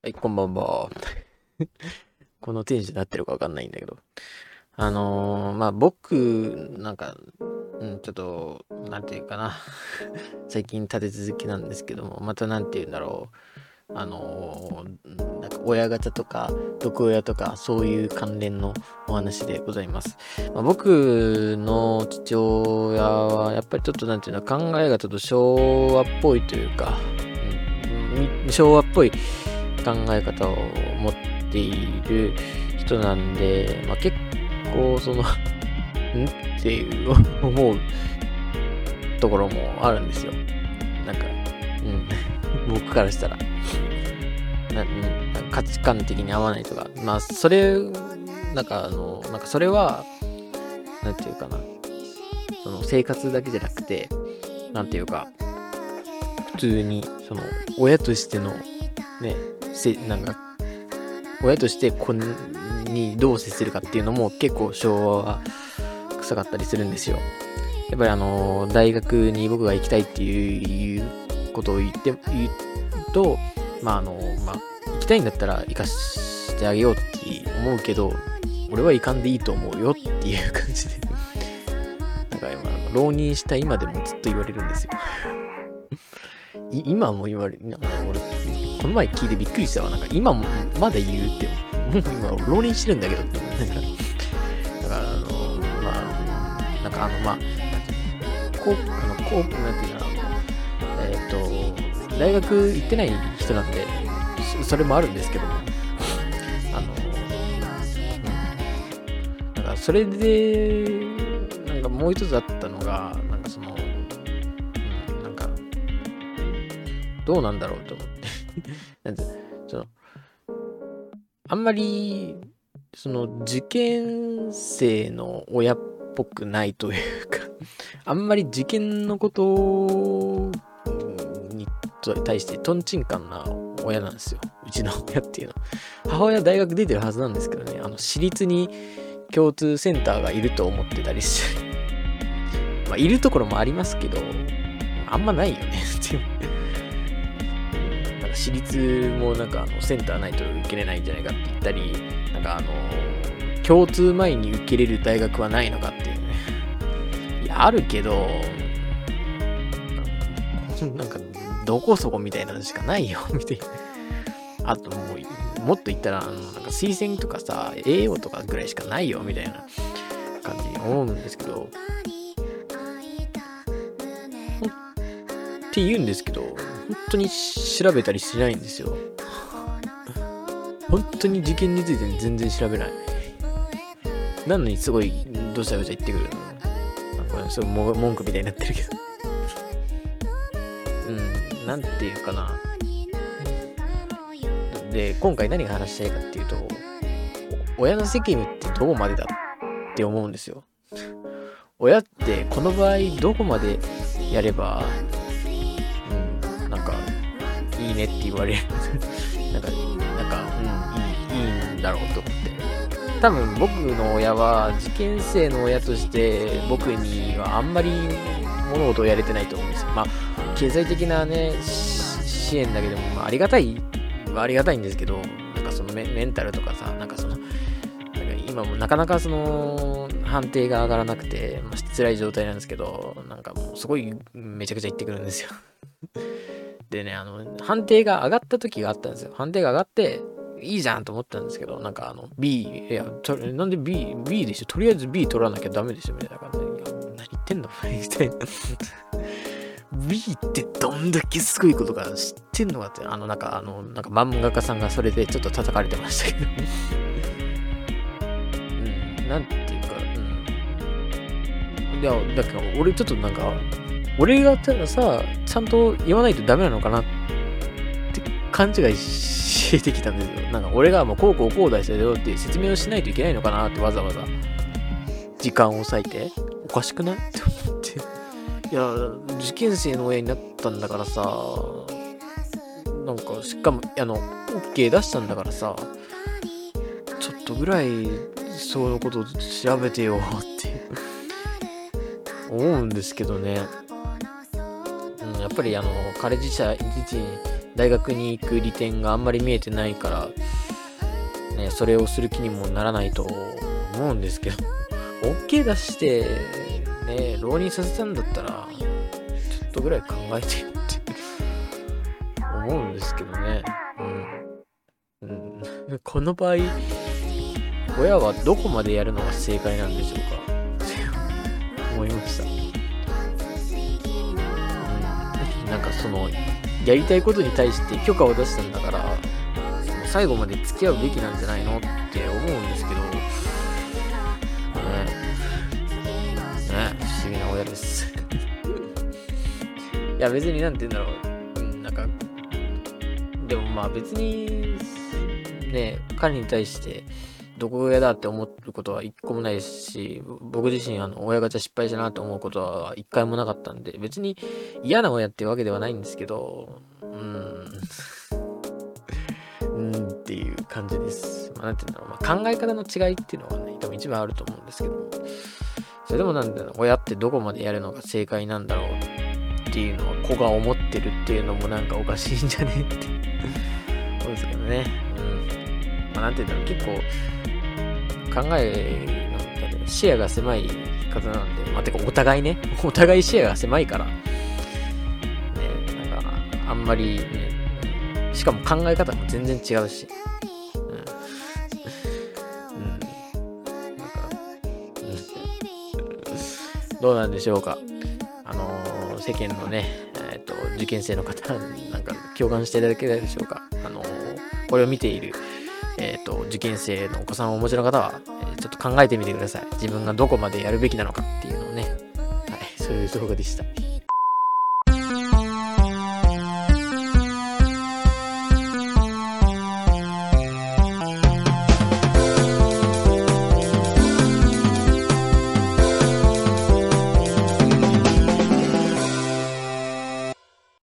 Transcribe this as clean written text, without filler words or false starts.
はい、こんばんは。このテンションになってるかわかんないんだけど。僕、ちょっと、なんていうかな。最近立て続けなんですけども、またなんていうんだろう。なんか親ガチャとか、毒親とか、そういう関連のお話でございます。僕の父親は、やっぱりちょっとなんていうの、考えがちょっと昭和っぽいというか、昭和っぽい考え方を持っている人なんで、結構っていう思うところもあるんですよ。なんか、僕からしたら、価値観的に合わないとか、それは、なんていうかな、その生活だけじゃなくて、なんていうか、普通に、親としての、ね、親として子にどう接するかっていうのも結構昭和は臭かったりするんですよ。やっぱり大学に僕が行きたいっていうことを言うと、行きたいんだったら行かしてあげようって思うけど、俺は行かんでいいと思うよっていう感じで。なんか浪人した今でもずっと言われるんですよ。今も言われる。俺、この前聞いてびっくりしたわ。今もまだ言うって。もう今、浪人してるんだけどって。だから、なんていうの、大学行ってない人なんで、それもあるんですけども、それで、もう一つあったのが、どうなんだろうと思って。なんてそのあんまり、受験生の親っぽくないというか、あんまり受験のことに対してトンチンカンな親なんですよ。うちの親っていうのは。母親大学出てるはずなんですけどね、私立に共通センターがいると思ってたりして、いるところもありますけど、あんまないよねっていう。私立もセンターないと受けれないんじゃないかって言ったり、共通前に受けれる大学はないのかっていうね。いや、あるけど、どこそこみたいなのしかないよ、みたいな。あともっと言ったら、推薦とかさ、栄養とかぐらいしかないよ、みたいな感じに思うんですけど、って言うんですけど、本当に調べたりしないんですよ。本当に受験について全然調べない。なのにすごいどちゃどちゃ言ってくるの。すごい文句みたいになってるけど。なんていうかな。で、今回何が話したいかっていうと、親の責務ってどこまでだって思うんですよ。親ってこの場合どこまでやれば、いいねって言われる。いいんだろうと思って。多分僕の親は受験生の親として僕にはあんまり物事をやれてないと思うんですよ。経済的なね、支援だけでも、ありがたいはありがたいんですけど、メンタルとかさ、今もなかなか判定が上がらなくて、辛い状態なんですけど、もうすごいめちゃくちゃ言ってくるんですよ。でね、判定が上がった時があったんですよ。判定が上がって、いいじゃんと思ったんですけど、B、いや、なんで B でしょ、とりあえず B 取らなきゃダメでしょ、みたいな感じで、何言ってんのみたいな。B ってどんだけすごいことか知ってんのかって、漫画家さんがそれでちょっと叩かれてましたけど。なんていうか、いや、だから俺ちょっと俺がさ、ちゃんと言わないとダメなのかなって勘違いしてきたんですよ。俺がもうこうだよっていう説明をしないといけないのかなってわざわざ時間を割いておかしくないって思って。いや、受験生の親になったんだからさ、しかもOK 出したんだからさ、ちょっとぐらいそのことを調べてよって思うんですけどね。やっぱり彼自大学に行く利点があんまり見えてないから、ね、それをする気にもならないと思うんですけど、OK 出して、ね、浪人させたんだったら、ちょっとぐらい考えてよって思うんですけどね。この場合、親はどこまでやるのが正解なんでしょうか思いました。なんかやりたいことに対して許可を出したんだから、最後まで付き合うべきなんじゃないのって思うんですけど、不思議な親です。いや別になんて言うんだろう。なんか、でもまあ別に、ね、彼に対して、どこが嫌だって思うことは一個もないですし、僕自身親ガチャ失敗したなって思うことは一回もなかったんで、別に嫌な親ってわけではないんですけど、っていう感じです。なんていうんだろう、考え方の違いっていうのがね、多分一番あると思うんですけど、それでもなんだろう、親ってどこまでやるのが正解なんだろうっていうのは子が思ってるっていうのもなんかおかしいんじゃねって思うんですけどね。なんていうんだろう、結構考えの視野が狭い方なんで、てかお互い視野が狭いから、ね、なんかあんまりね、しかも考え方も全然違うし、どうなんでしょうか。世間のね、受験生の方なんか共感していただけないでしょうか。これを見ている受験生のお子さんをお持ちの方は、ちょっと考えてみてください。自分がどこまでやるべきなのかっていうのをね。はい、そういう動画でした。